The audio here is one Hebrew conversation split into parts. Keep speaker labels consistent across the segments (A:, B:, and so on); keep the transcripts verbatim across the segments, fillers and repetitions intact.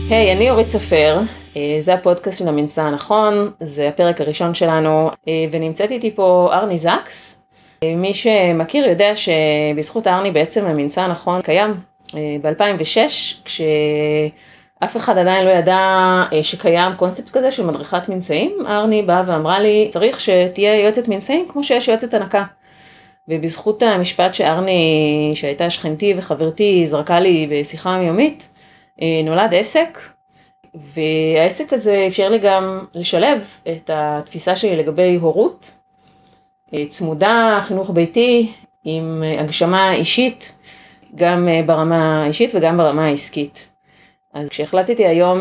A: היי, hey, אני אורית ספר, זה הפודקאסט של המנסה הנכון, זה הפרק הראשון שלנו, ונמצאת איתי פה ארני זקס. מי שמכיר יודע שבזכות ארני בעצם המנסה הנכון קיים ב-אלפיים ושש, כשאף אחד עדיין לא ידע שקיים קונספט כזה של מדריכת מנסאים. ארני באה ואמרה לי, צריך שתהיה יועצת מנסאים כמו שיש יועצת הנקה. ובזכות המשפט שארני, שהייתה שכנתי וחברתי, זרקה לי בשיחה יומית, נולד עסק, והעסק הזה אפשר לי גם לשלב את התפיסה שלי לגבי הורות, צמודה, חינוך ביתי, עם הגשמה אישית, גם ברמה האישית וגם ברמה העסקית. אז כשהחלטתי היום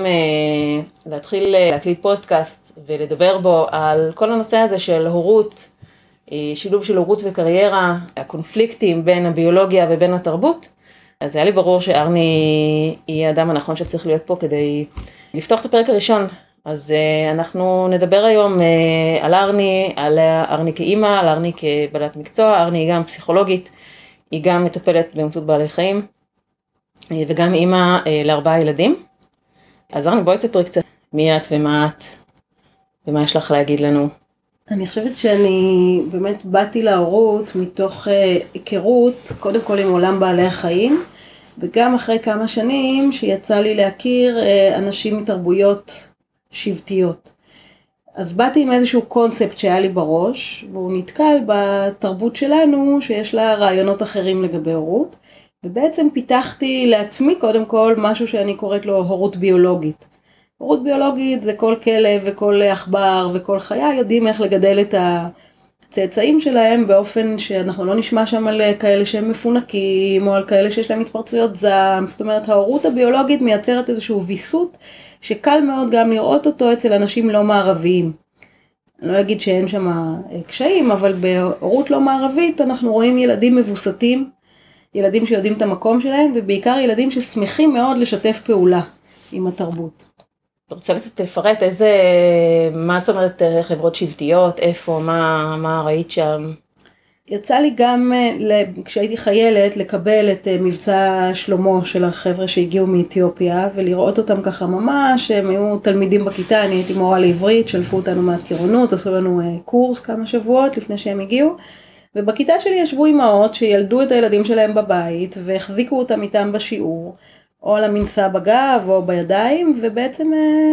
A: להתחיל להקליט פודקאסט ולדבר בו על כל הנושא הזה של הורות, שילוב של הורות וקריירה, הקונפליקטים בין הביולוגיה ובין התרבות, אז היה לי ברור שארני היא האדם הנכון שצריך להיות פה כדי לפתוח את הפרק הראשון. אז uh, אנחנו נדבר היום uh, על ארני, על ארני כאימא, על ארני כבעלת מקצוע. ארני היא גם פסיכולוגית, היא גם מטפלת באמצעות בעלי חיים, uh, וגם אימא uh, לארבעה ילדים. אז ארני, בואי תספרי קצת מי את ומה את, ומה יש לך להגיד לנו.
B: אני חושבת שאני באמת באתי להורות מתוך היכרות, קודם כל עם עולם בעלי החיים, וגם אחרי כמה שנים שיצא לי להכיר אנשים מתרבויות שבטיות. אז באתי עם איזשהו קונספט שהיה לי בראש, והוא נתקל בתרבות שלנו שיש לה רעיונות אחרים לגבי הורות, ובעצם פיתחתי לעצמי קודם כל משהו שאני קוראת לו הורות ביולוגית. הורות ביולוגית זה כל כלב וכל עכבר וכל חיה יודעים איך לגדל את הצאצאים שלהם באופן שאנחנו לא נשמע שם על כאלה שהם מפונקים או על כאלה שיש להם התפרצויות זעם. זאת אומרת, ההורות הביולוגית מייצרת איזשהו ויסות שקל מאוד גם לראות אותו אצל אנשים לא מערביים. אני לא אגיד שאין שם קשיים, אבל בהורות לא מערבית אנחנו רואים ילדים מבוסתים, ילדים שיודעים את המקום שלהם, ובעיקר ילדים ששמחים מאוד לשתף פעולה עם התרבות.
A: אתה רוצה לפרט איזה, מה זאת אומרת חברות שבטיות, איפה, מה, מה ראית שם?
B: יצא לי גם כשהייתי חיילת לקבל את מבצע שלמה של החבר'ה שהגיעו מאתיופיה ולראות אותם ככה ממש, הם היו תלמידים בכיתה, אני הייתי מורה לעברית, שלפו אותנו מהתקירונות, עשו לנו קורס כמה שבועות לפני שהם הגיעו, ובכיתה שלי ישבו אמהות שילדו את הילדים שלהם בבית והחזיקו אותם איתם בשיעור, או על המנסה בגב או בידיים, ובעצם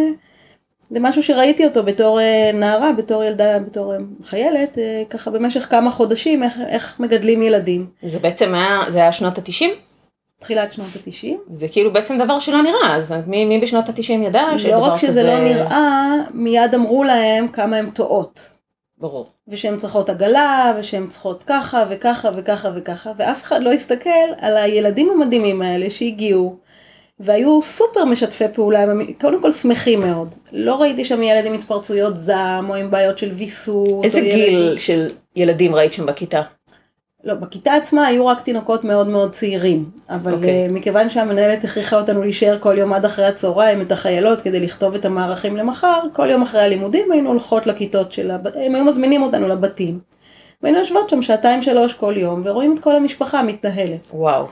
B: זה משהו שראיתי אותו בתור נערה, בתור ילדה, בתור חיילת, ככה במשך כמה חודשים, איך, איך מגדלים ילדים.
A: זה בעצם היה, זה היה שנות התשעים?
B: תחילת שנות התשעים.
A: זה כאילו בעצם דבר שלא נראה, אז מי, מי בשנות התשעים ידע שיש דבר כזה?
B: לא רק שזה לא נראה, מיד אמרו להם כמה הם טועות.
A: ברור.
B: ושהן צריכות עגלה, ושהן צריכות ככה וככה וככה וככה, ואף אחד לא הסתכל על הילדים המדהימים האלה שהגיעו, והיו סופר משתפי פעולה, הם קודם כל שמחים מאוד. לא ראיתי שם ילד עם התפרצויות זעם, או עם בעיות של ויסות.
A: איזה גיל
B: ילד...
A: של ילדים ראית שם בכיתה?
B: לא, בכיתה עצמה היו רק תינוקות מאוד מאוד צעירים, אבל okay. מכיוון שהמנהלת הכריחה אותנו להישאר כל יום עד אחרי הצהריים את החיילות, כדי לכתוב את המערכים למחר, כל יום אחרי הלימודים היינו הולכות לכיתות שלה, הם היו מזמינים אותנו לבתים, והיינו יושבות שם שעתיים שלוש כל יום, ורואים את כל המשפחה מתנהלת.
A: וואו.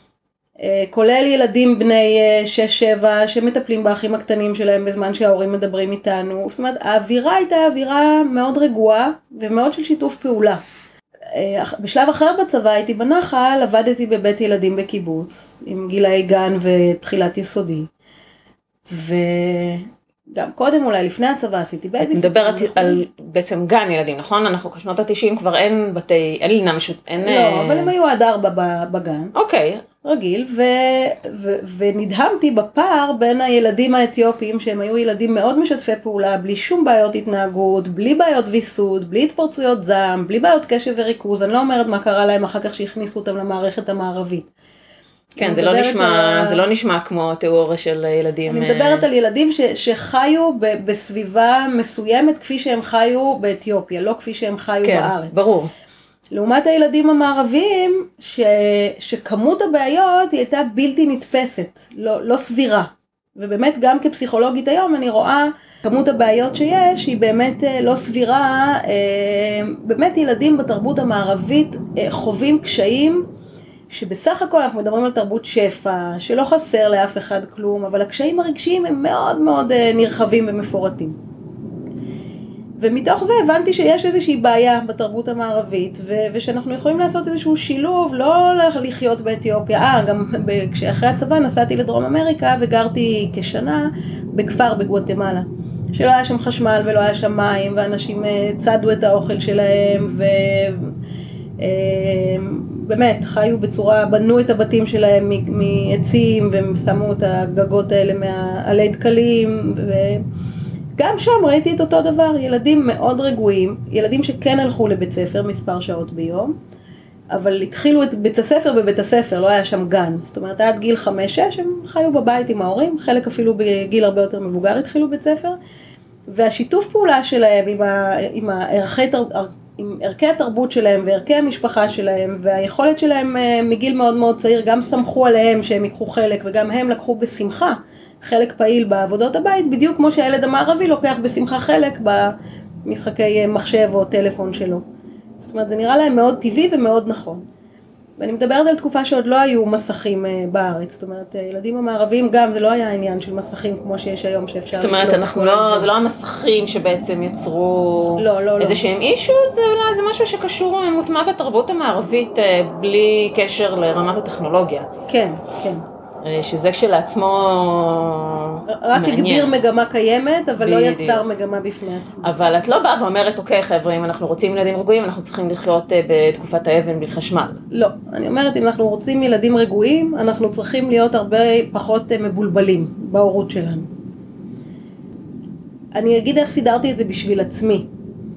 B: כולל ילדים בני שש שבע שמטפלים באחים הקטנים שלהם בזמן שההורים מדברים איתנו. זאת אומרת, האווירה הייתה אווירה מאוד רגועה ומאוד של שיתוף פעולה. בשלב אחר בצבא הייתי בנחל, עבדתי בבית ילדים בקיבוץ עם גילאי גן ותחילת יסודי. וגם קודם אולי לפני הצבא עשיתי בייביסיטר.
A: את מדברת על בעצם גן ילדים, נכון? אנחנו כשנות התשעים כבר אין בתי, אין לינה משות, אין...
B: לא, אבל הם היו עד ארבע בגן.
A: אוקיי.
B: רגיל, ו, ו, ונדהמתי בפער בין הילדים האתיופיים, שהם היו ילדים מאוד משתפי פעולה, בלי שום בעיות התנהגות, בלי בעיות ויסות, בלי התפרצויות זעם, בלי בעיות קשב וריכוז. אני לא אומרת מה קרה להם אחר כך שהכניסו אותם למערכת המערבית.
A: כן, זה לא נשמע, על... זה לא נשמע כמו תיאוריה של ילדים.
B: אני מדברת על ילדים ש, שחיו ב, בסביבה מסוימת, כפי שהם חיו באתיופיה, לא כפי שהם חיו
A: כן,
B: בארץ.
A: ברור.
B: לעומת הילדים המערביים, ש, שכמות הבעיות היא הייתה בלתי נתפסת, לא, לא סבירה. ובאמת גם כפסיכולוגית היום אני רואה כמות הבעיות שיש, היא באמת לא סבירה. באמת ילדים בתרבות המערבית חווים קשיים שבסך הכל אנחנו מדברים על תרבות שפע, שלא חסר לאף אחד כלום, אבל הקשיים הרגשיים הם מאוד מאוד נרחבים ומפורטים. ומתוך זה הבנתי שיש איזושהי בעיה בתרבות המערבית, ו- ושאנחנו יכולים לעשות איזשהו שילוב, לא לחיות באתיופיה. אה, גם כשאחרי הצבא נסעתי לדרום אמריקה וגרתי כשנה בכפר בגואטמלה, שלא היה שם חשמל ולא היה שם מים, ואנשים צדו את האוכל שלהם, ו... באמת חיו בצורה, בנו את הבתים שלהם מעצים, והם שמו את הגגות האלה מעלי דקלים, וגם שם ראיתי את אותו דבר, ילדים מאוד רגועים, ילדים שכן הלכו לבית ספר מספר שעות ביום, אבל התחילו את בית הספר בבית הספר, לא היה שם גן, זאת אומרת עד גיל חמש שש הם חיו בבית עם ההורים, חלק אפילו בגיל הרבה יותר מבוגר התחילו בית ספר, והשיתוף פעולה שלהם עם, ה, עם הערכי תרבות, עם ערכי התרבות שלהם וערכי המשפחה שלהם והיכולת שלהם מגיל מאוד מאוד צעיר גם סמכו עליהם שהם ייקחו חלק וגם הם לקחו בשמחה חלק פעיל בעבודות הבית, בדיוק כמו שהילד המערבי לוקח בשמחה חלק במשחקי מחשב או טלפון שלו. זאת אומרת זה נראה להם מאוד טבעי ומאוד נכון. ואני מדברת על תקופה שעוד לא היו מסכים בארץ, זאת אומרת, ילדים המערבים גם, זה לא היה עניין של מסכים כמו שיש היום שאפשר...
A: זאת אומרת, אנחנו לא, זה לא המסכים שבעצם יצרו
B: לא, לא,
A: איזה
B: לא.
A: שהם אישו, זה אולי, זה משהו שקשור, מוטמע בתרבות המערבית, בלי קשר לרמת הטכנולוגיה.
B: כן, כן.
A: שזה כשלעצמו
B: רק
A: מעניין.
B: הגביר מגמה קיימת, אבל
A: בדיוק.
B: לא יצר מגמה בפני עצמו.
A: אבל את לא באה ואומרת, אוקיי חבר'ה, אם אנחנו רוצים ילדים רגועים, אנחנו צריכים לחיות בתקופת האבן בלי חשמל.
B: לא, אני אומרת, אם אנחנו רוצים ילדים רגועים, אנחנו צריכים להיות הרבה פחות מבולבלים בהורות שלנו. אני אגיד איך סידרתי את זה בשביל עצמי.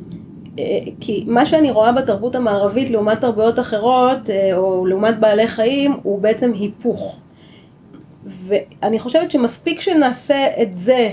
B: כי מה שאני רואה בתרבות המערבית לעומת תרבויות אחרות, או לעומת בעלי חיים, הוא בעצם היפוך. ואני חושבת שמספיק שנעשה את זה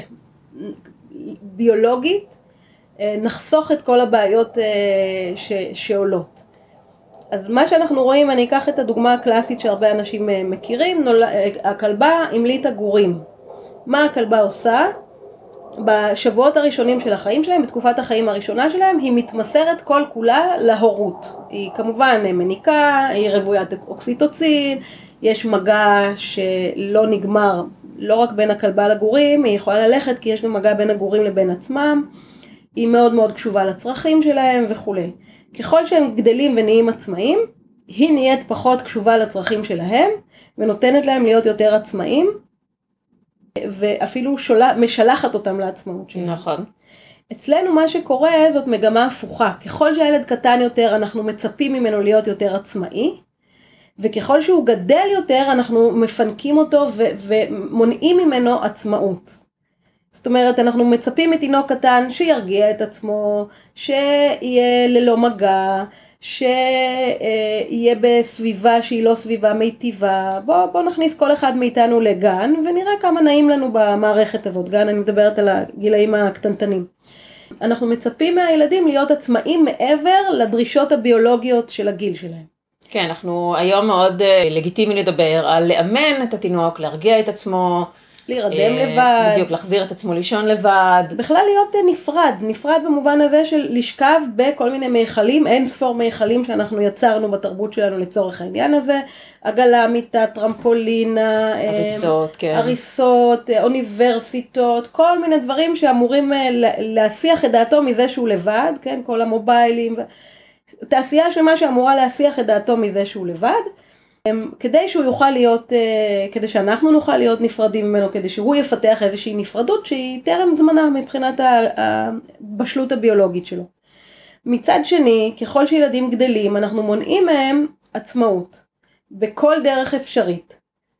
B: ביולוגית, נחסוך את כל הבעיות ש, שעולות. אז מה שאנחנו רואים, אני אקח את הדוגמה הקלאסית שהרבה אנשים מכירים, נול... הכלבה המליטה גורים. מה הכלבה עושה? בשבועות הראשונים של החיים שלהם, בתקופת החיים הראשונה שלהם, היא מתמסרת כל כולה להורות. היא כמובן מניקה, היא רוויית אוקסיטוצין, יש מגע שלא נגמר, לא רק בין הכלבה לגורים, היא יכולה ללכת כי יש גם מגע בין הגורים לבין עצמם, היא מאוד מאוד קשובה לצרכים שלהם וכו'. ככל שהם גדלים ונהיים עצמאים, היא נהיית פחות קשובה לצרכים שלהם, ונותנת להם להיות יותר עצמאים, ואפילו שולה, משלחת אותם לעצמאות שלהם.
A: נכון.
B: אצלנו מה שקורה זאת מגמה הפוכה. ככל שהילד קטן יותר, אנחנו מצפים ממנו להיות יותר עצמאי, וככל שהוא גדל יותר, אנחנו מפנקים אותו ו- ומונעים ממנו עצמאות. זאת אומרת, אנחנו מצפים מתינוק קטן שירגיע את עצמו, שיהיה ללא מגע, שיהיה בסביבה שהיא לא סביבה מיטיבה. בוא, בוא נכניס כל אחד מאיתנו לגן, ונראה כמה נעים לנו במערכת הזאת. גן, אני מדברת על הגילאים הקטנטנים. אנחנו מצפים מהילדים להיות עצמאים מעבר לדרישות הביולוגיות של הגיל שלהם.
A: כן, אנחנו היום מאוד לגיטימי לדבר על לאמן את התינוק, להרגיע את עצמו,
B: להירדם לבד.
A: בדיוק, להחזיר את עצמו לישון לבד.
B: בכלל להיות נפרד, נפרד במובן הזה של לשכב בכל מיני מיכלים, אין ספור מיכלים שאנחנו יצרנו בתרבות שלנו לצורך העניין הזה, עגלה, מיטה, טרמפולינה,
A: הריסות, כן.
B: הריסות, אוניברסיטות, כל מיני דברים שאמורים להסיח את דעתו מזה שהוא לבד, כן, כל המוביילים, תעשייה של מה שאמורה להסיח את דעתו מזה שהוא לבד, כדי שהוא יוכל להיות, כדי שאנחנו נוכל להיות נפרדים ממנו, כדי שהוא יפתח איזושהי נפרדות שהיא טרם זמנה מבחינת הבשלות הביולוגית שלו. מצד שני, ככל שילדים גדלים, אנחנו מונעים מהם עצמאות, בכל דרך אפשרית.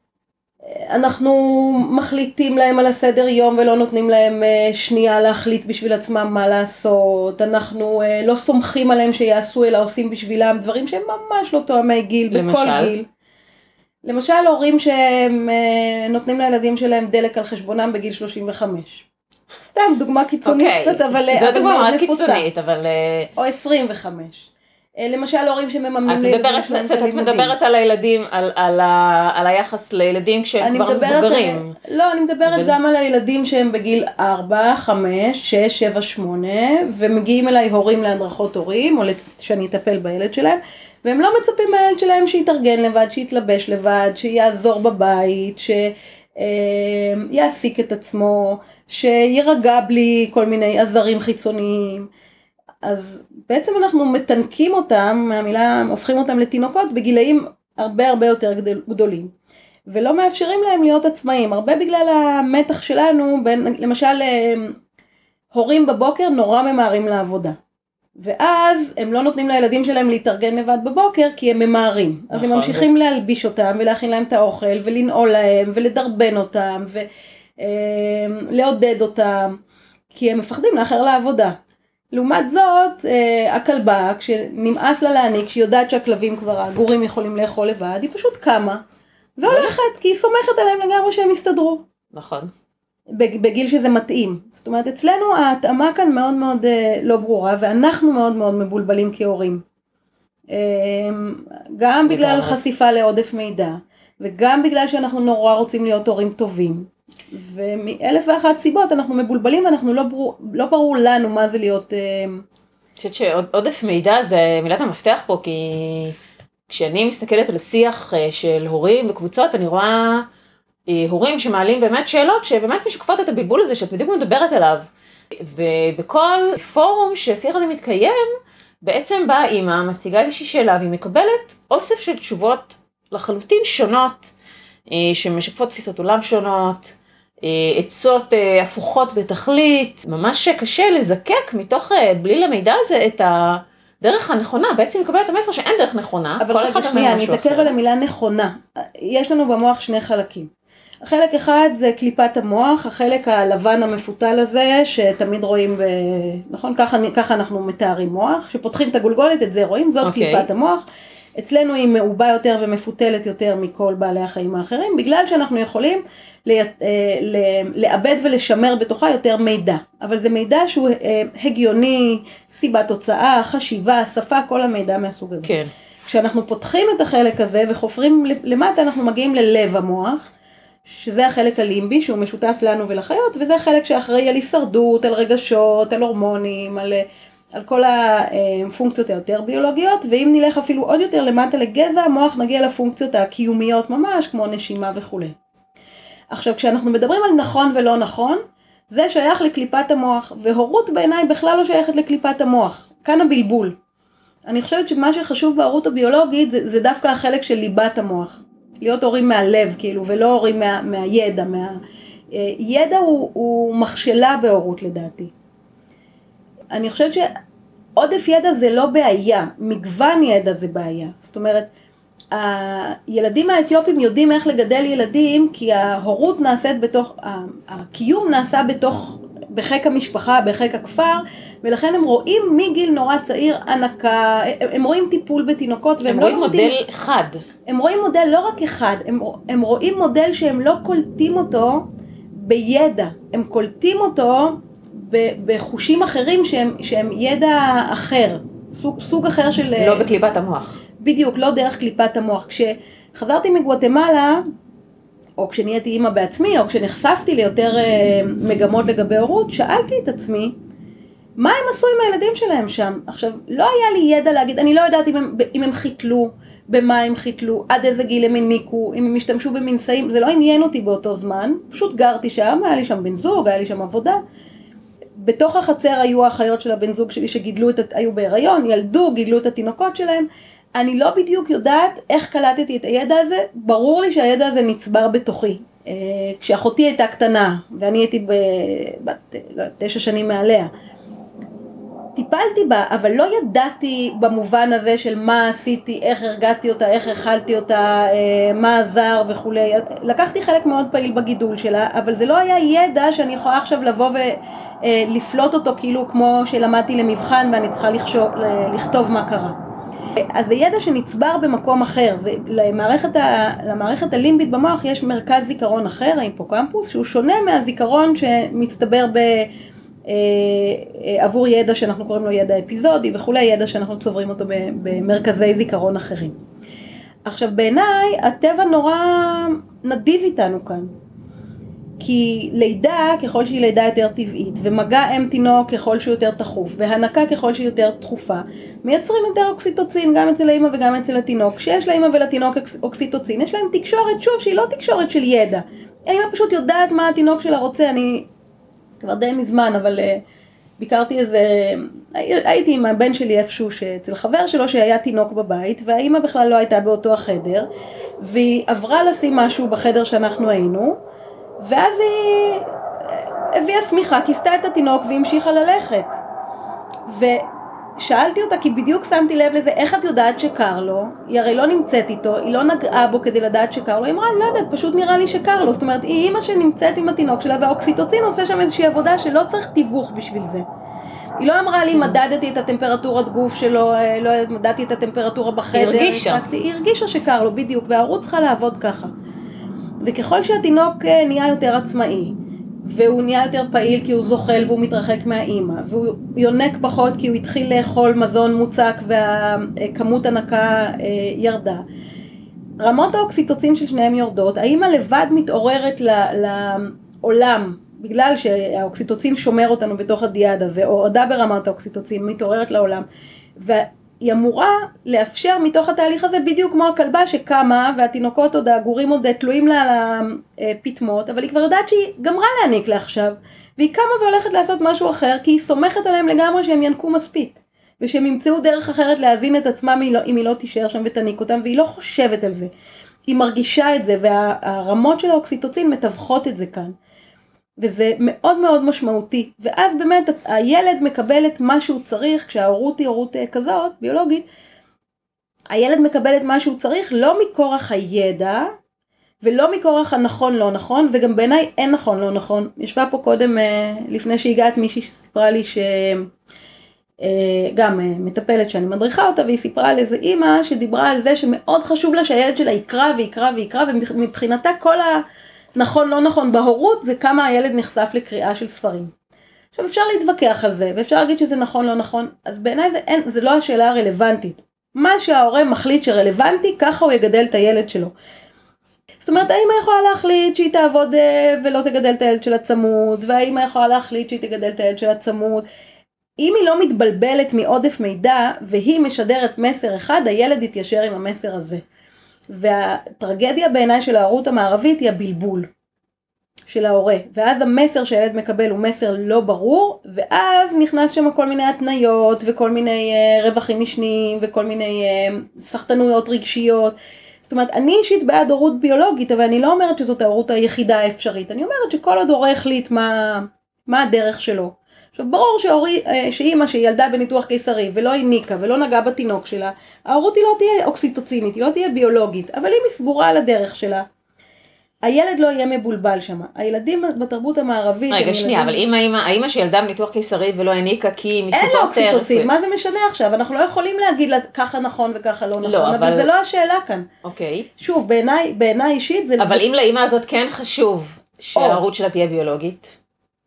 B: אנחנו מחליטים להם על הסדר יום ולא נותנים להם שנייה להחליט בשביל עצמם מה לעשות, אנחנו לא סומכים עליהם שיעשו אלא עושים בשבילם דברים שהם ממש לא תואמי גיל,
A: למשל?
B: בכל גיל. למשל הורים שנותנים לילדים שלהם דלק על חשבונם בגיל שלושים וחמש. סתם דוגמה קיצונית
A: okay.
B: קצת, אבל
A: זו דוגמה מאוד
B: נפוצה.
A: קיצונית, אבל...
B: או עשרים וחמש. למשל הורים שמממנים
A: לילדים שלהם את מדברת, את מדברת על הילדים, על, על, ה, על היחס לילדים כשהם כבר מבוגרים.
B: על, לא, אני מדברת אבל... גם על הילדים שהם בגיל ארבע, חמש, שש, שבע, שמונה, ומגיעים אליי הורים להדרכות הורים, או שאני אטפל בילד שלהם, והם לא מצפים מהילד שלהם שיתארגן לבד, שיתלבש לבד, שיעזור בבית, שיעסיק את עצמו, שירגע בלי כל מיני עזרים חיצוניים. אז בעצם אנחנו מתנקים אותם, מהמילה הופכים אותם לתינוקות בגילאים הרבה הרבה יותר גדולים. ולא מאפשרים להם להיות עצמאים, הרבה בגלל המתח שלנו, בין, למשל הורים בבוקר נורא ממהרים לעבודה. ואז הם לא נותנים לילדים שלהם להתארגן לבד בבוקר, כי הם ממהרים. אז נכון. הם ממשיכים להלביש אותם, ולהכין להם את האוכל, ולנעול להם, ולדרבן אותם, ולעודד אותם, כי הם מפחדים לאחר לעבודה. לעומת זאת, הכלבה, כשנמאס לה להניק, כשהיא יודעת שהכלבים כבר, הגורים יכולים לאכול לבד, היא פשוט קמה, והולכת, כי היא סומכת עליהם לגמרי שהם יסתדרו.
A: נכון.
B: בגיל שזה מתאים. זאת אומרת, אצלנו ההתאמה כאן מאוד מאוד לא ברורה, ואנחנו מאוד מאוד מבולבלים כהורים. גם בגלל חשיפה לעודף מידע, וגם בגלל שאנחנו נורא רוצים להיות הורים טובים. ומאלף ואחת סיבות אנחנו מבולבלים, ואנחנו לא ברור, לא ברור לנו מה זה להיות...
A: אני חושבת שעודף מידע זה מילת המפתח פה, כי כשאני מסתכלת על שיח של הורים וקבוצות, אני רואה... הורים שמעלים באמת שאלות שבאמת משקפות את הבלבול הזה שאת בדיוק מדברת עליו. ובכל פורום שהשיח הזה מתקיים, בעצם באה אימא, מציגה איזושהי שאלה והיא מקבלת אוסף של תשובות לחלוטין שונות, שמשקפות תפיסות עולם שונות, עצות הפוכות בתכלית. ממש קשה לזקק מתוך בליל המידע הזה את הדרך הנכונה, בעצם מקבל את המסר שאין דרך נכונה.
B: אבל רגע שנייה, אני אתעכב על המילה נכונה. יש לנו במוח שני חלקים. החלק אחד זה קליפת המוח, החלק הלבן המפותל הזה שתמיד רואים, ב... נכון? ככה, ככה אנחנו מתארים מוח, שפותחים את הגולגולת, את זה רואים, זאת okay. קליפת המוח. אצלנו היא מעובה יותר ומפותלת יותר מכל בעלי החיים האחרים, בגלל שאנחנו יכולים לאבד ולשמר בתוכה יותר מידע. אבל זה מידע שהוא הגיוני, סיבה תוצאה, חשיבה, שפה, כל המידע מהסוג הזה.
A: כן.
B: כשאנחנו פותחים את החלק הזה וחופרים למטה, אנחנו מגיעים ללב המוח, שזה החלק הלימבי שהוא משותף לנו ולחיות, וזה החלק שאחראי על הישרדות, על רגשות, על הורמונים, על, על כל הפונקציות היותר ביולוגיות, ואם נלך אפילו עוד יותר למטה לגזע המוח, נגיע לפונקציות הקיומיות ממש, כמו נשימה וכו'. עכשיו, כשאנחנו מדברים על נכון ולא נכון, זה שייך לקליפת המוח, והורות בעיניי בכלל לא שייכת לקליפת המוח. כאן הבלבול. אני חושבת שמה שחשוב בהורות הביולוגית, זה, זה דווקא החלק של ליבת המוח. להיות הורים מהלב, כאילו, ולא הורים מה, מהידע. מה... ידע הוא, הוא מכשלה בהורות, לדעתי. אני חושבת שעודף ידע זה לא בעיה, מגוון ידע זה בעיה. זאת אומרת, הילדים האתיופים יודעים איך לגדל ילדים, כי ההורות נעשית בתוך, הקיום נעשה בתוך, בחיק המשפחה, בחיק הכפר, ולכן הם רואים מגיל נורא צעיר ענקה, הם רואים טיפול בתינוקות, והם
A: הם
B: לא
A: רואים
B: יודעים,
A: מודל אחד.
B: הם רואים מודל לא רק אחד, הם, הם רואים מודל שהם לא קולטים אותו בידע, הם קולטים אותו בחושים אחרים שהם, שהם ידע אחר, סוג, סוג אחר של...
A: לא בקליפת המוח.
B: בדיוק, לא דרך קליפת המוח. כשחזרתי מגואטמלה, או כשנהייתי אימא בעצמי, או כשנחשפתי ליותר מגמות לגבי הורות, שאלתי את עצמי, מה הם עשו עם הילדים שלהם שם? עכשיו, לא היה לי ידע להגיד, אני לא יודעת אם הם, אם הם חיתלו, במה הם חיתלו, עד איזה גיל הם הניקו, אם הם השתמשו במנסאים, זה לא עניין אותי באותו זמן, פשוט גרתי שם, היה לי שם בן זוג, היה לי שם עבודה. בתוך החצר היו האחיות של הבן זוג שלי שגידלו את, היו בהיריון, ילדו, גידלו את התינוקות שלהם. אני לא בדיוק יודעת איך קלטתי את הידע הזה, ברור לי שהידע הזה נצבר בתוכי. כשאחותי הייתה קטנה, ואני הייתי בת תשע שנים מעליה, טיפלתי בה, אבל לא ידעתי במובן הזה של מה עשיתי, איך הרגעתי אותה, איך אכלתי אותה, מה עזר וכו'. לקחתי חלק מאוד פעיל בגידול שלה, אבל זה לא היה ידע שאני יכולה עכשיו לבוא ולפלוט אותו כאילו כמו שלמדתי למבחן ואני צריכה לחשוב, לכתוב מה קרה. אז זה ידע שנצבר במקום אחר, זה, למערכת, ה, למערכת הלימבית במוח יש מרכז זיכרון אחר, ההיפוקמפוס, שהוא שונה מהזיכרון שמצטבר ב... עבור ידע שאנחנו קוראים לו ידע אפיזודי וכולי, ידע שאנחנו צוברים אותו במרכזי זיכרון אחרים. עכשיו בעיניי הטבע נורא נדיב איתנו כאן. כי לידה ככל שהיא לידה יותר טבעית, ומגע אם תינוק ככל שהוא יותר תחוף, והנקה ככל שהיא יותר תחופה, מייצרים יותר אוקסיטוצין גם אצל האמא וגם אצל התינוק. כשיש לאמא ולתינוק אוקסיטוצין, יש להם תקשורת, שוב, שהיא לא תקשורת של ידע. האמא פשוט יודעת מה התינוק שלה רוצה. אני כבר די מזמן, אבל uh, ביקרתי איזה, הייתי עם הבן שלי איפשהו אצל חבר שלו שהיה תינוק בבית, והאמא בכלל לא הייתה באותו החדר, והיא עברה לשים משהו בחדר שאנחנו היינו, ואז היא הביאה סמיכה, כיסתה את התינוק והמשיכה ללכת. ושאלתי אותה, כי בדיוק שמתי לב לזה, איך את יודעת שקר לו? היא הרי לא נמצאת איתו, היא לא נגעה בו כדי לדעת שקר לו. היא אמרה, אני לא יודעת, פשוט נראה לי שקר לו. זאת אומרת, היא אימא שנמצאת עם התינוק שלה, והאוקסיטוצין עושה שם איזושהי עבודה שלא צריך תיווך בשביל זה. היא לא אמרה לי, מדדתי את הטמפרטורת גוף שלו, לא מדדתי את הטמפרטורה בחדר. היא
A: הרגישה.
B: היא הרגישה שקר לו, בדיוק, והערוץ צריכה לעבוד ככה. וככל שהתינוק נהיה יותר עצמאי, והוא נהיה יותר פעיל כי הוא זוחל והוא מתרחק מהאימא, והוא יונק פחות כי הוא התחיל לאכול מזון מוצק והכמות הנקה ירדה, רמות האוקסיטוצין של שניהם יורדות, האימא לבד מתעוררת לעולם, בגלל שהאוקסיטוצין שומר אותנו בתוך הדיאדה, והורדה ברמת האוקסיטוצין מתעוררת לעולם, והיא אמורה לאפשר מתוך התהליך הזה בדיוק כמו הכלבה שקמה, והתינוקות עוד, הגורים עוד תלויים לה על הפטמות, אבל היא כבר יודעת שהיא גמרה להניק לה עכשיו, והיא קמה והולכת לעשות משהו אחר, כי היא סומכת עליהם לגמרי שהם ינקו מספיק, ושהם ימצאו דרך אחרת להזין את עצמם אם היא לא תישאר שם ותניק אותם, והיא לא חושבת על זה. היא מרגישה את זה, והרמות של האוקסיטוצין מתווכות את זה כאן. וזה מאוד מאוד משמעותי, ואז באמת הילד מקבל את מה שהוא צריך, כשההורות היא הורות כזאת, ביולוגית, הילד מקבל את מה שהוא צריך, לא מכורח הידע, ולא מכורח הנכון לא נכון, וגם בעיניי אין נכון לא נכון. ישבה פה קודם, לפני שהגעת מישהי שסיפרה לי ש... גם מטפלת שאני מדריכה אותה, והיא סיפרה על איזה אימא שדיברה על זה שמאוד חשוב לה שהילד שלה יקרא ויקרא ויקרא, ומבחינתה כל ה... נכון, לא נכון, בהורות זה כמה הילד נחשף לקריאה של ספרים. עכשיו אפשר להתווכח על זה, ואפשר להגיד שזה נכון, לא נכון, אז בעיניי זה, אין, זה לא השאלה הרלוונטית. מה שההורה מחליט שרלוונטי, ככה הוא יגדל את הילד שלו. זאת אומרת, האמא יכולה להחליט שהיא תעבוד ולא תגדל את הילד שלה צמוד, והאמא יכולה להחליט שהיא תגדל את הילד שלה צמוד. אם היא לא מתבלבלת מעודף מידע, והיא משדרת מסר אחד, הילד יתיישר עם המסר הזה. והטרגדיה בעיניי של ההורות המערבית היא הבלבול של ההורה, ואז המסר שהילד מקבל הוא מסר לא ברור, ואז נכנס שם כל מיני התניות וכל מיני uh, רווחים משניים וכל מיני uh, סחטנויות רגשיות. זאת אומרת, אני אישית בעד הורות ביולוגית, אבל אני לא אומרת שזאת ההורות היחידה האפשרית, אני אומרת שכל עוד הורה החליט מה, מה הדרך שלו. עכשיו ברור שהורי, שאימא שילדה בניתוח קיסרי ולא הניקה ולא נגעה בתינוק שלה, ההורות היא לא תהיה אוקסיטוצינית, היא לא תהיה ביולוגית, אבל אם היא סגורה על הדרך שלה, הילד לא יהיה מבולבל שם. הילדים בתרבות המערבית...
A: רגע, שנייה, אבל האמא שילדה בניתוח קיסרי ולא הניקה כי מסיבות...
B: אין לה אוקסיטוצין, מה זה משנה עכשיו? אנחנו לא יכולים להגיד לה ככה נכון וככה לא נכון, אבל זה לא השאלה כאן.
A: אוקיי.
B: שוב, בעיניי אישית זה...
A: אבל אם לאמא הזאת כן חשוב שההורות שלה תהיה ביולוגית...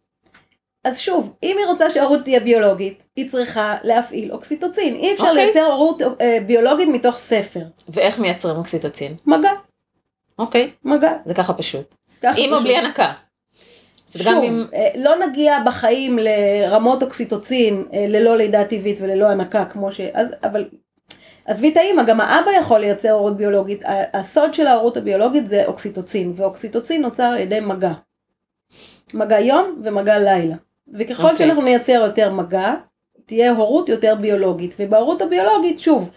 B: אז שוב, אם היא רוצה שההורות תהיה ביולוגית, היא צריכה להפעיל אוקסיטוצין. אי אפשר okay. לייצר הורות אה, ביולוגית מתוך ספר.
A: ואיך מייצרים אוקסיטוצין?
B: מגע.
A: אוקיי.
B: Okay. מגע.
A: זה ככה פשוט.
B: ככה
A: עם או בלי הנקה.
B: שוב, עם... לא נגיע בחיים לרמות אוקסיטוצין אה, ללא לידה טבעית וללא הנקה, כמו ש... אז, אבל... עזבי את האמא, גם האבא יכול לייצר הורות ביולוגית. הסוד של ההורות הביולוגית זה אוקסיטוצין, ואוקסיטוצין נוצר על ידי מגע. מגע יום ומגע לילה. וככל okay. שאנחנו נייצר יותר מגע, תהיה הורות יותר ביולוגית. ובהורות הביולוגית, שוב,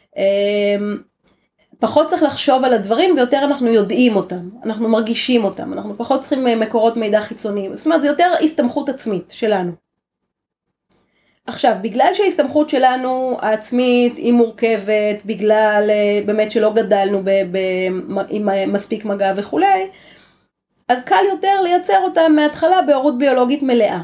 B: פחות צריך לחשוב על הדברים, ויותר אנחנו יודעים אותם. אנחנו מרגישים אותם. אנחנו פחות צריכים מקורות מידע חיצוניים. זאת אומרת, זה יותר הסתמכות עצמית שלנו. עכשיו, בגלל שההסתמכות שלנו העצמית היא מורכבת, בגלל באמת שלא גדלנו ב- ב- עם מספיק מגע וכו', אז קל יותר לייצר אותה מההתחלה בהורות ביולוגית מלאה.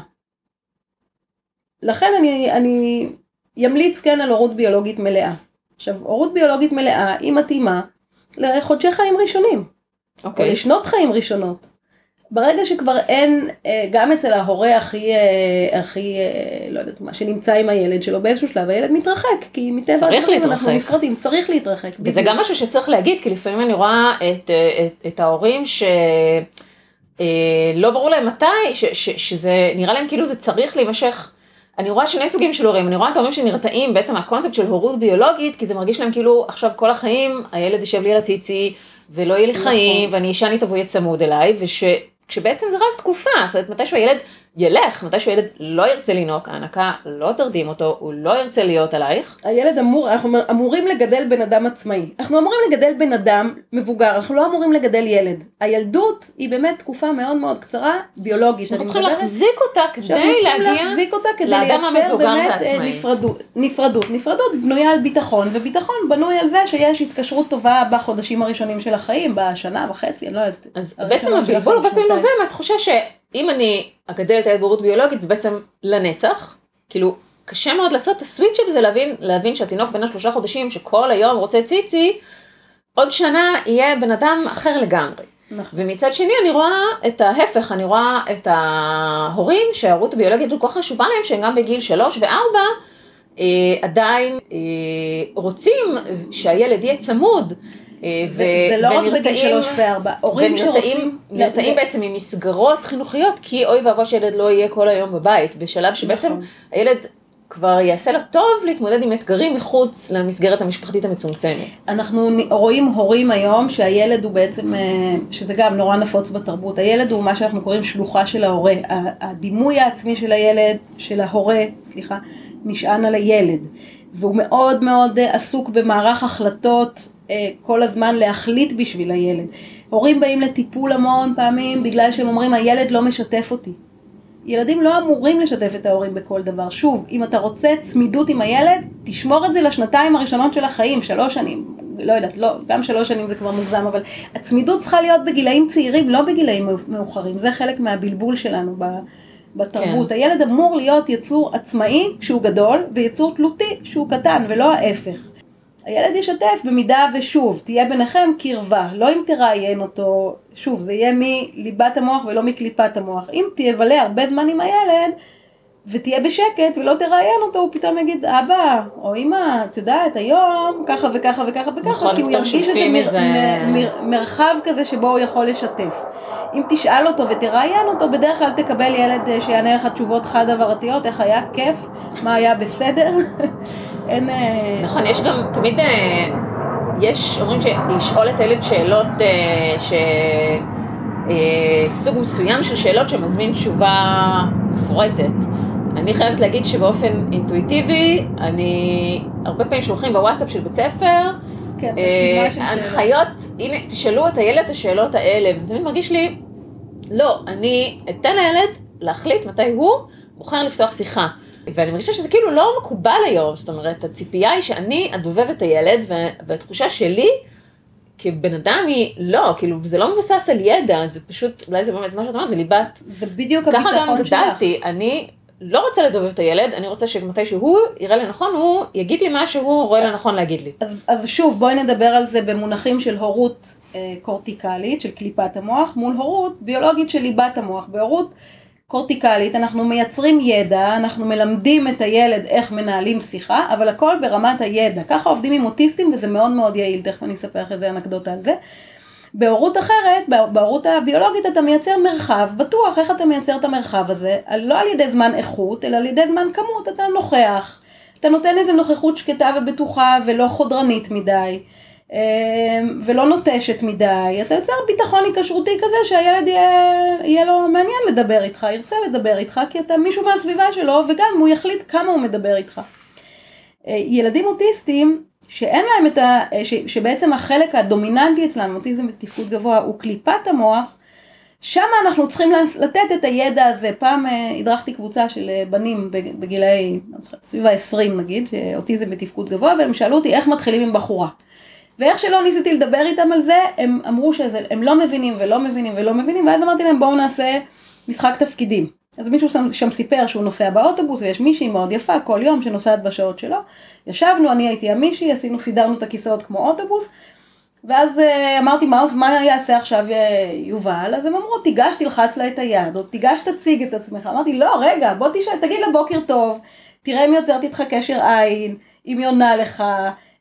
B: לכן אני, אני ימליץ כן על הורות ביולוגית מלאה. עכשיו, הורות ביולוגית מלאה היא מתאימה לחודשי חיים ראשונים. אוקיי. או לשנות חיים ראשונות. ברגע שכבר אין, גם אצל ההורה הכי, הכי, לא יודעת מה, שנמצא עם הילד שלו באיזשהו שלב, הילד מתרחק, כי מטבע הדברים אנחנו נפרדים, צריך להתרחק.
A: וזה גם משהו שצריך להגיד, כי לפעמים אני רואה את, את, את ההורים ש... לא ברור להם מתי, ש, ש, שזה נראה להם כאילו זה צריך להימשך. אני רואה שני סוגים של הורים, אני רואה את ההורים שנרתעים בעצם מהקונספט של הורות ביולוגית, כי זה מרגיש להם כאילו עכשיו כל החיים הילד יישב לי על הציצי, ולא יהיה לי חיים, ואני אישן איתו והוא יהיה צמוד אליי, וכשבעצם זה רב תקופה, זאת אומרת, מתי שהילד ילך, מתי שהילד לא ירצה לנוק, ההנקה לא תרדים אותו, הוא לא ירצה להיות עלייך.
B: הילד אמור, אנחנו אמורים לגדל בן אדם עצמאי, אנחנו אמורים לגדל בן אדם מבוגר, אנחנו לא אמורים לגדל ילד. הילדות היא באמת תקופה מאוד מאוד קצרה, ביולוגית.
A: אנחנו צריכים להחזיק אותה כדי להגיע לאדם המבוגר והעצמאי.
B: נפרדות, נפרדות, נפרדות בנויה על ביטחון, וביטחון בנוי על זה שיש התקשרות טובה בחודשים הראשונים של החיים, בשנה וחצי, אני לא יודעת.
A: אז בעצם הבלבול הרבה פעמים נובע מהתחושה שאם אני אגדל את הילד בהורות ביולוגית, זה בעצם לנצח. כאילו, קשה מאוד לעשות את הסוויץ' של זה, להבין, להבין שהתינוק בין השלושה חודשים, שכל היום רוצה ציצי, עוד שנה יהיה בן אדם אחר לגמרי. נכון. ומצד שני אני רואה את ההפך, אני רואה את ההורים שההורות הביולוגית כל כך חשובה להם, שהם גם בגיל שלוש וארבע, אה, עדיין אה, רוצים שהילד יהיה צמוד,
B: זה, זה לא רק בגיל שלוש וארבע, הורים שרוצים...
A: נרתעים בעצם ממסגרות חינוכיות, כי אוי ואבוי שילד לא יהיה כל היום בבית, בשלב שבעצם נכון. הילד כבר יעשה לו טוב להתמודד עם אתגרים מחוץ למסגרת המשפחתית המצומצמת.
B: אנחנו רואים הורים היום שהילד הוא בעצם, שזה גם נורא נפוץ בתרבות, הילד הוא מה שאנחנו קוראים שלוחה של ההורה, הדימוי העצמי של הילד, של ההורה, סליחה, נשען על הילד, והוא מאוד מאוד עסוק במערך החלטות, כל הזמן להחליט בשביל הילד. הורים באים לטיפול המון פעמים בגלל שהם אומרים הילד לא משתף אותי. ילדים לא אמורים לשתף את ההורים בכל דבר. שוב, אם אתה רוצה צמידות עם הילד, תשמור את זה לשנתיים הראשונות של החיים, שלוש שנים, לא יודעת, לא, גם שלוש שנים זה כבר מוגזם, אבל הצמידות צריכה להיות בגילאים צעירים, לא בגילאים מאוחרים. זה חלק מהבלבול שלנו בתרבות. כן. הילד אמור להיות יצור עצמאי כשהוא גדול, ויצור תלותי כשהוא קטן, ולא ההפך. הילד ישתף במידה ושוב, תהיה ביניכם קרבה, לא אם תראיין אותו, שוב, זה יהיה מליבת המוח ולא מקליפת המוח. אם תבלה הרבה זמן עם הילד, ותהיה בשקט ולא תראיין אותו, הוא פתאום יגיד, אבא או אמא, את יודעת, היום, ככה וככה וככה וככה, כי הוא ירגיש איזה מר, מר, מר, מרחב כזה שבו הוא יכול לשתף. אם תשאל אותו ותראיין אותו, בדרך כלל תקבל ילד שיענה לך תשובות חד-עברתיות, איך היה כיף, מה היה בסדר. אין...
A: נכון, יש גם תמיד, יש אומרים שלשאול את הילד שאלות, ש... סוג מסוים של שאלות שמזמין תשובה מפורטת. אני חייבת להגיד שבאופן אינטואיטיבי, אני הרבה פעמים שולחים בוואטסאפ של בית ספר,
B: כן,
A: הנחיות, הנה, תשאלו את הילד את השאלות האלה, וזה תמיד מרגיש לי, לא, אני אתן לילד להחליט מתי הוא בוחר לפתוח שיחה. ואני מרגישה שזה כאילו לא מקובל היום, זאת אומרת, הציפייה היא שאני אדובב את הילד, והתחושה שלי כבן אדם היא לא, כאילו זה לא מבוסס על ידע, זה פשוט, אולי זה באמת מה שאת אומרת, זה ליבת.
B: זה בדיוק הביטחון שלך.
A: ככה גם גדלתי, אני לא רוצה לדובב את הילד, אני רוצה שמתי שהוא יראה לי נכון, הוא יגיד לי מה שהוא רואה לנכון להגיד לי.
B: אז, אז שוב, בואי נדבר על זה במונחים של הורות אה, קורטיקלית, של קליפת המוח, מול הורות ביולוגית של ליבת המוח. בהורות קורטיקלית אנחנו מייצרים ידע, אנחנו מלמדים את הילד איך מנהלים שיחה, אבל הכל ברמת הידע. ככה עובדים עם אוטיסטים וזה מאוד מאוד יעיל, תכף אני אספר לך איזה אנקדוטה על זה. בהורות אחרת, בהורות הביולוגית אתה מייצר מרחב, בטוח איך אתה מייצר את המרחב הזה, לא על ידי זמן איכות, אלא על ידי זמן כמות, אתה נוכח, אתה נותן איזו נוכחות שקטה ובטוחה ולא חודרנית מדי, ולא נוטשת מדי, אתה יוצר ביטחון היקשרותי כזה שהילד יהיה, יהיה לו מעניין לדבר איתך, ירצה לדבר איתך, כי אתה מישהו מהסביבה שלו, וגם הוא יחליט כמה הוא מדבר איתך. ילדים אוטיסטים, שאין להם את ה... ש, שבעצם החלק הדומיננטי אצלם, אוטיזם בתפקוד גבוה, הוא קליפת המוח, שם אנחנו צריכים לתת את הידע הזה. פעם הדרכתי קבוצה של בנים בגילאי, סביב ה-עשרים נגיד, שאוטיזם בתפקוד גבוה, והם שאלו אותי איך מתחילים עם בחורה. ואיך שלא ניסיתי לדבר איתם על זה, הם אמרו שהם לא מבינים ולא מבינים ולא מבינים, ואז אמרתי להם בואו נעשה משחק תפקידים. אז מישהו שם סיפר שהוא נוסע באוטובוס, ויש מישהי מאוד יפה כל יום שנוסעת בשעות שלו. ישבנו, אני הייתי המישהי, עשינו, סידרנו את הכיסאות כמו אוטובוס, ואז אמרתי, מה, מה יעשה עכשיו יובל? אז הם אמרו, תיגש, תלחץ לה את היד, או תיגש, תציג את עצמך. אמרתי, לא, רגע, בוא תשאל, תגיד לה בוקר טוב, תראה אם יוצרת איתך קשר עין, אם היא עונה לך,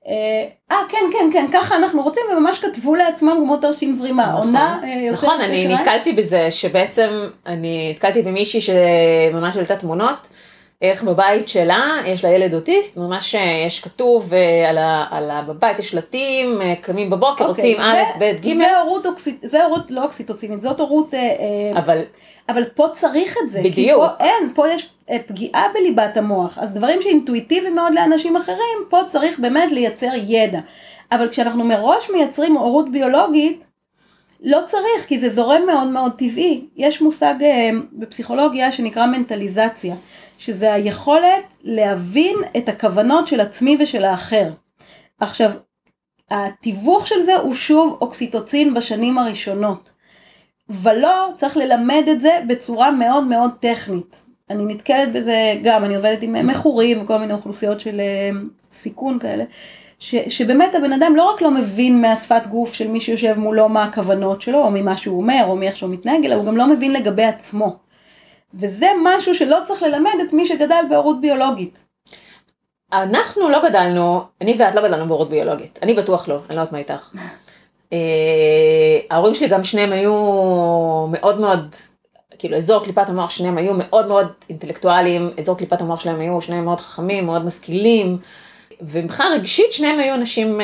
B: אה, כן, כן, כן, ככה אנחנו רוצים, וממש כתבו לעצמם כמו תרשים זרימה.
A: נכון,
B: עונה, אה,
A: נכון, אני
B: בשריים.
A: נתקלתי בזה, שבעצם אני נתקלתי במישהי שממש העלתה תמונות, איך בבית שלה יש לה ילד אוטיסט, ממש יש כתוב על ה, על ה, בבית יש שלטים, קמים בבוקר, עושים א', ב', ג'.
B: זה הורות, זה הורות לא אוקסיטוצינית, זאת הורות,
A: אבל,
B: אבל פה צריך את זה,
A: בדיוק.
B: כי פה אין, פה יש פגיעה בליבת המוח, אז דברים שאינטואיטיביים מאוד לאנשים אחרים, פה צריך באמת לייצר ידע. אבל כשאנחנו מראש מייצרים הורות ביולוגית, לא צריך, כי זה זורם מאוד מאוד טבעי. יש מושג בפסיכולוגיה שנקרא מנטליזציה, שזה היכולת להבין את הכוונות של עצמי ושל האחר. עכשיו, התיווך של זה הוא שוב אוקסיטוצין בשנים הראשונות, ולא צריך ללמד את זה בצורה מאוד מאוד טכנית. אני נתקלת בזה גם, אני עובדת עם מכורים וכל מיני אוכלוסיות של סיכון כאלה, ש, שבאמת הבן אדם לא רק לא מבין מהשפת גוף של מי שיושב מולו מה הכוונות שלו, או ממה שהוא אומר, או מאיך שהוא מתנהג, אלא הוא גם לא מבין לגבי עצמו. וזה משהו שלא צריך ללמד את מי שגדל בהורות ביולוגית.
A: אנחנו לא גדלנו, אני ואת לא גדלנו בהורות ביולוגית, אני בטוח לא, אני לא יודעת מה איתך. ההורים שלי גם שניהם היו מאוד מאוד, כאילו אזור קליפת המוח שניהם היו מאוד מאוד אינטלקטואליים, אזור קליפת המוח שלהם היו שניהם מאוד חכמים, מאוד משכילים, ומבחינה רגשית שניהם היו אנשים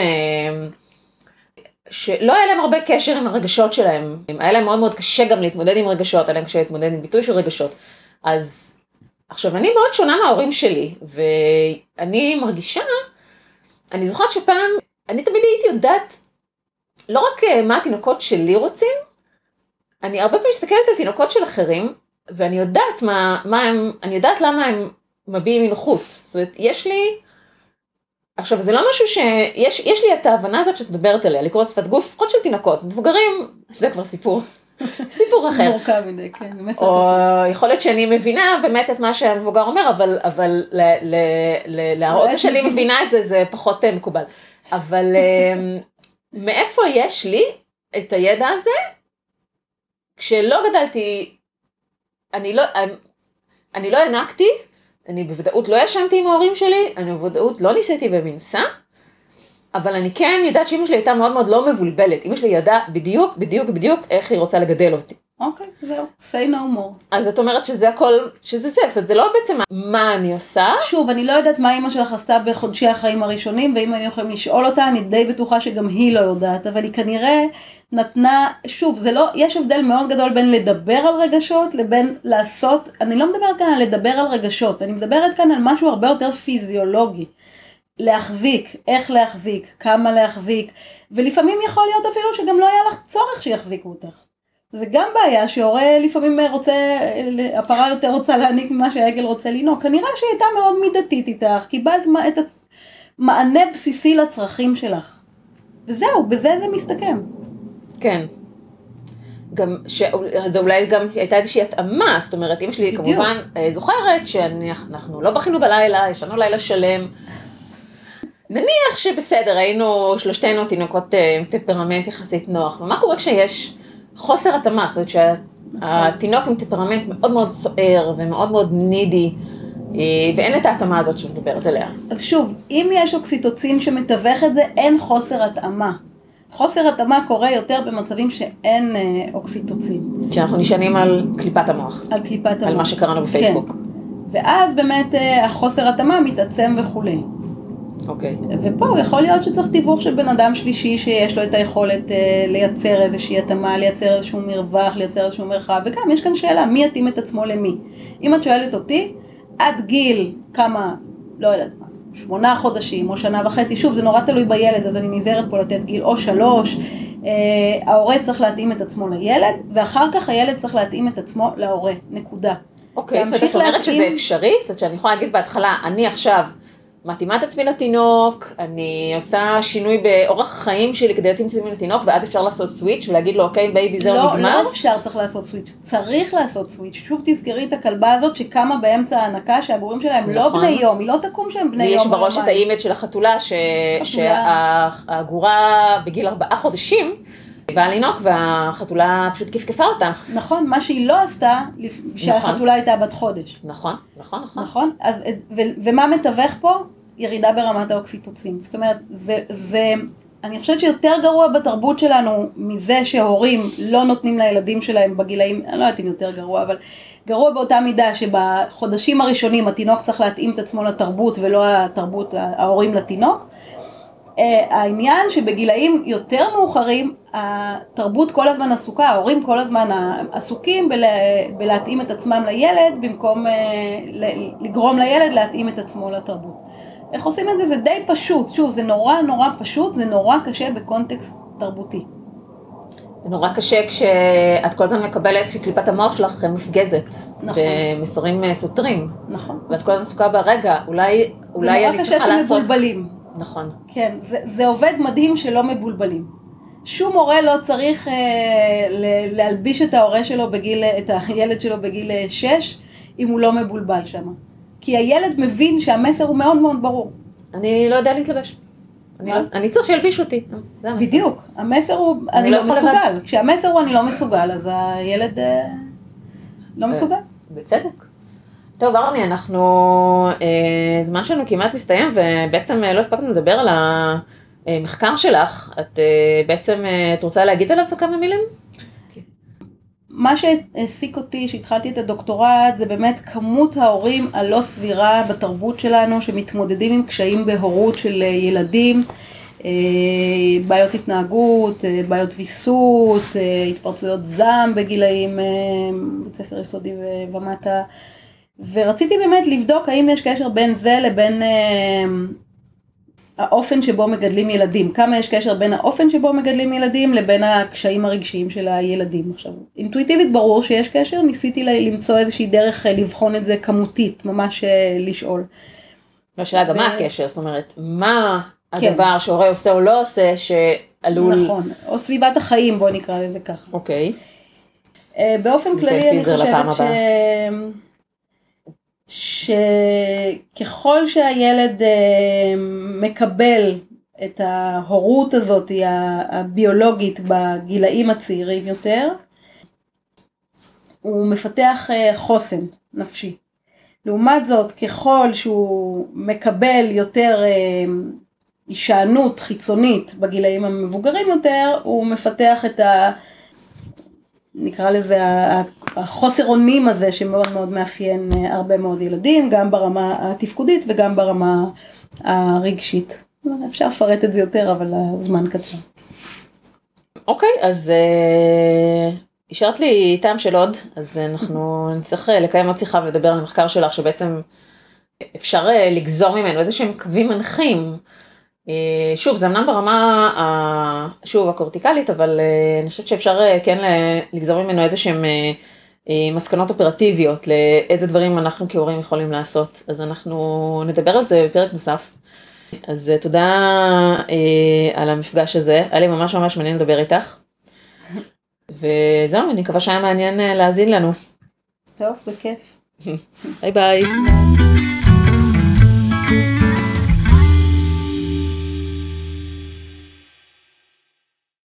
A: שלא היה להם הרבה קשר עם הרגשות שלהם, היה להם מאוד מאוד קשה גם להתמודד עם רגשות, היה להם קשה להתמודד עם ביטוי של רגשות. אז עכשיו אני מאוד שונה מההורים שלי, ואני מרגישה, אני זוכרת שפעם, אני תמיד הייתי יודעת, לא רק מה התינוקות שלי רוצים, אני הרבה פעמים מסתכלת על תינוקות של אחרים, ואני יודעת מה, מה הם, אני יודעת למה הם מביעים מנוחות. זאת אומרת, יש לי, עכשיו זה לא משהו שיש, יש לי את ההבנה הזאת שאת מדברת עליה, לקרוא שפת גוף, לפחות של תינוקות, מבוגרים, זה כבר סיפור, סיפור אחר.
B: מורכב מדי, כן, מסר
A: או
B: כזה.
A: יכול להיות שאני מבינה באמת את מה שהמבוגר אומר, אבל, אבל ל, ל, ל, להראות שאני מבינה את זה, זה פחות מקובל. אבל מאיפה יש לי את הידע הזה? כשלא גדלתי, אני לא, אני לא הענקתי, אני בוודאות לא ישנתי עם ההורים שלי, אני בוודאות לא ניסיתי במנסה, אבל אני כן יודעת שאמא שלי הייתה מאוד מאוד לא מבולבלת, אמא שלי ידעה בדיוק, בדיוק, בדיוק איך היא רוצה לגדל אותי.
B: אוקיי, זהו, say no more.
A: אז את אומרת שזה הכל, שזה זה, זאת אומרת, זה לא בעצם מה אני עושה.
B: שוב, אני לא יודעת מה אמא שלך עשתה בחודשי החיים הראשונים, ואם אני יכולים לשאול אותה, אני די בטוחה שגם היא לא יודעת, אבל היא כנראה נתנה, שוב, זה לא, יש הבדל מאוד גדול בין לדבר על רגשות, לבין לעשות, אני לא מדברת כאן על לדבר על רגשות, אני מדברת כאן על משהו הרבה יותר פיזיולוגי. להחזיק, איך להחזיק, כמה להחזיק, ולפעמים יכול להיות אפילו שגם לא היה לך צורך שיחזיקו אותך. זה גם בעיה שהורה לפעמים רוצה, הפרה יותר רוצה להעניק ממה שהעגל רוצה לנהוג. כנראה שהיא הייתה מאוד מידתית איתך, קיבלת את המענה בסיסי לצרכים שלך. וזהו, בזה זה מסתכם.
A: כן. גם, זה אולי גם הייתה איזושהי התאמה, זאת אומרת, אמא שלי בדיוק. כמובן זוכרת שאנחנו לא בכינו בלילה, ישנו לילה שלם, נניח שבסדר, היינו שלושתנו תינוקות עם טמפרמנט יחסית נוח, ומה קורה כשיש חוסר התאמה, זאת אומרת שהתינוק עם טמפרמנט מאוד מאוד סוער ומאוד מאוד נידי, ואין את ההתאמה הזאת שמדברת עליה.
B: אז שוב, אם יש אוקסיטוצין שמתווך את זה, אין חוסר התאמה. חוסר התאמה קורה יותר במצבים שאין אוקסיטוצין.
A: שאנחנו נשענים על קליפת המוח.
B: על קליפת המוח.
A: על מה שקראנו בפייסבוק.
B: כן. ואז באמת החוסר התאמה מתעצם וכולי.
A: אוקיי.
B: ופה יכול להיות שצריך תיווך של בן אדם שלישי שיש לו את היכולת אה, לייצר איזושהי התאמה, לייצר איזשהו מרווח, לייצר איזשהו מרחב, וגם יש כאן שאלה, מי יתאים את עצמו למי? אם את שואלת אותי, עד גיל כמה, לא יודעת מה, שמונה חודשים או שנה וחצי, שוב זה נורא תלוי בילד, אז אני נזהרת פה לתת גיל או שלוש, אה, ההורה צריך להתאים את עצמו לילד, ואחר כך הילד צריך להתאים את עצמו להורה, נקודה.
A: אוקיי, זאת אומרת להתאים... שזה אפשרי? זאת אומרת שאני יכולה להגיד בהתחלה, אני עכשיו מתאימה את עצמי לתינוק, אני עושה שינוי באורח החיים שלי כדי להתאים את עצמי לתינוק, ואז אפשר לעשות סוויץ' ולהגיד לו, אוקיי, בייבי, זהו
B: לא,
A: נגמר?
B: לא אפשר צריך לעשות סוויץ', צריך לעשות סוויץ'. שוב תזכרי את הכלבה הזאת שקמה באמצע ההנקה, שהגורים שלהם נכון. לא בני יום, היא לא תקום שהם בני יום.
A: ויש בראש את האימד של החתולה, ש... שהגורה בגיל ארבעה חודשים, באה לינוק והחתולה פשוט כפכפה אותה.
B: נכון, מה שהיא לא עשתה, שהחתולה הייתה בת חודש.
A: נכון, נכון, נכון.
B: נכון, אז, ו, ומה מתווך פה? ירידה ברמת האוקסיטוצין. זאת אומרת, זה, זה, אני חושבת שיותר גרוע בתרבות שלנו מזה שהורים לא נותנים לילדים שלהם בגילאים, אני לא יודעת אם יותר גרוע, אבל גרוע באותה מידה שבחודשים הראשונים התינוק צריך להתאים את עצמו לתרבות ולא התרבות, ההורים לתינוק. העניין שבגילאים יותר מאוחרים התרבות כל הזמן עסוקה, ההורים כל הזמן עסוקים בלהתאים את עצמם לילד במקום לגרום לילד להתאים את עצמו לתרבות. איך עושים את זה? זה די פשוט, שוב זה נורא נורא פשוט, זה נורא קשה בקונטקסט תרבותי.
A: זה נורא קשה כשאת כל הזמן מקבלת שקליפת המוח שלך מפגזת,
B: נכון.
A: במסרים סותרים.
B: נכון.
A: ואת כל הזמן עסוקה ברגע, אולי, אולי
B: זה נורא קשה שמבולבלים.
A: נכון.
B: כן, זה, זה עובד מדהים שלא מבולבלים. שום הורה לא צריך אה, להלביש את ההורה שלו בגיל, את הילד שלו בגיל שש, אם הוא לא מבולבל שם. כי הילד מבין שהמסר הוא מאוד מאוד ברור.
A: אני לא יודע להתלבש. אני, לא, אני צריך שילביש אותי. זה המסר.
B: בדיוק, המסר הוא, אני, אני לא, לא מסוגל. לבד. כשהמסר הוא אני לא מסוגל, אז הילד אה, לא מסוגל.
A: בצדק. טוב, ארני, אנחנו, אה, זמן שלנו כמעט מסתיים, ובעצם לא הספקנו לדבר על המחקר שלך. את אה, בעצם, אה, את רוצה להגיד עליו כמה מילים?
B: מה שהעסיק אותי, שהתחלתי את הדוקטורט, זה באמת כמות ההורים הלא סבירה בתרבות שלנו, שמתמודדים עם קשיים בהורות של ילדים, אה, בעיות התנהגות, אה, בעיות ויסות, אה, התפרצויות זעם בגילאים, אה, בית ספר יסודי ומטה. ורציתי באמת לבדוק האם יש קשר בין זה לבין אה, האופן שבו מגדלים ילדים. כמה יש קשר בין האופן שבו מגדלים ילדים לבין הקשיים הרגשיים של הילדים. עכשיו, אינטואיטיבית ברור שיש קשר, ניסיתי למצוא איזושהי דרך לבחון את זה כמותית, ממש לשאול.
A: והשאלה גם מה הקשר? זאת אומרת, מה הדבר שהורה עושה או לא עושה שעלול...
B: נכון, או סביבת החיים, בוא נקרא לזה ככה.
A: אוקיי.
B: באופן כללי אני חושבת ש... שככל שהילד מקבל את ההורות הזאת הביולוגית בגילאים הצעירים יותר, הוא מפתח חוסן נפשי. לעומת זאת, ככל שהוא מקבל יותר הישענות חיצונית בגילאים המבוגרים יותר, הוא מפתח את ה... נקרא לזה החוסר אונים הזה שמאוד מאוד מאפיין הרבה מאוד ילדים, גם ברמה התפקודית וגם ברמה הרגשית. אפשר לפרט את זה יותר, אבל הזמן קצר.
A: אוקיי, אז השארת לי טעם של עוד, אז אנחנו נצטרך לקיים עוד שיחה ולדבר על המחקר שלך, שבעצם אפשר לגזור ממנו איזה שהם קווים מנחים. שוב, זה אמנם ברמה, שוב, הקורטיקלית, אבל אני חושבת שאפשר כן לגזור ממנו איזה שהם מסקנות אופרטיביות, לאיזה דברים אנחנו כהורים יכולים לעשות. אז אנחנו נדבר על זה בפרק נוסף. אז תודה על המפגש הזה, היה לי ממש ממש מעניין לדבר איתך. וזהו, אני מקווה שהיה מעניין להאזין לנו.
B: טוב, בכיף.
A: ביי ביי.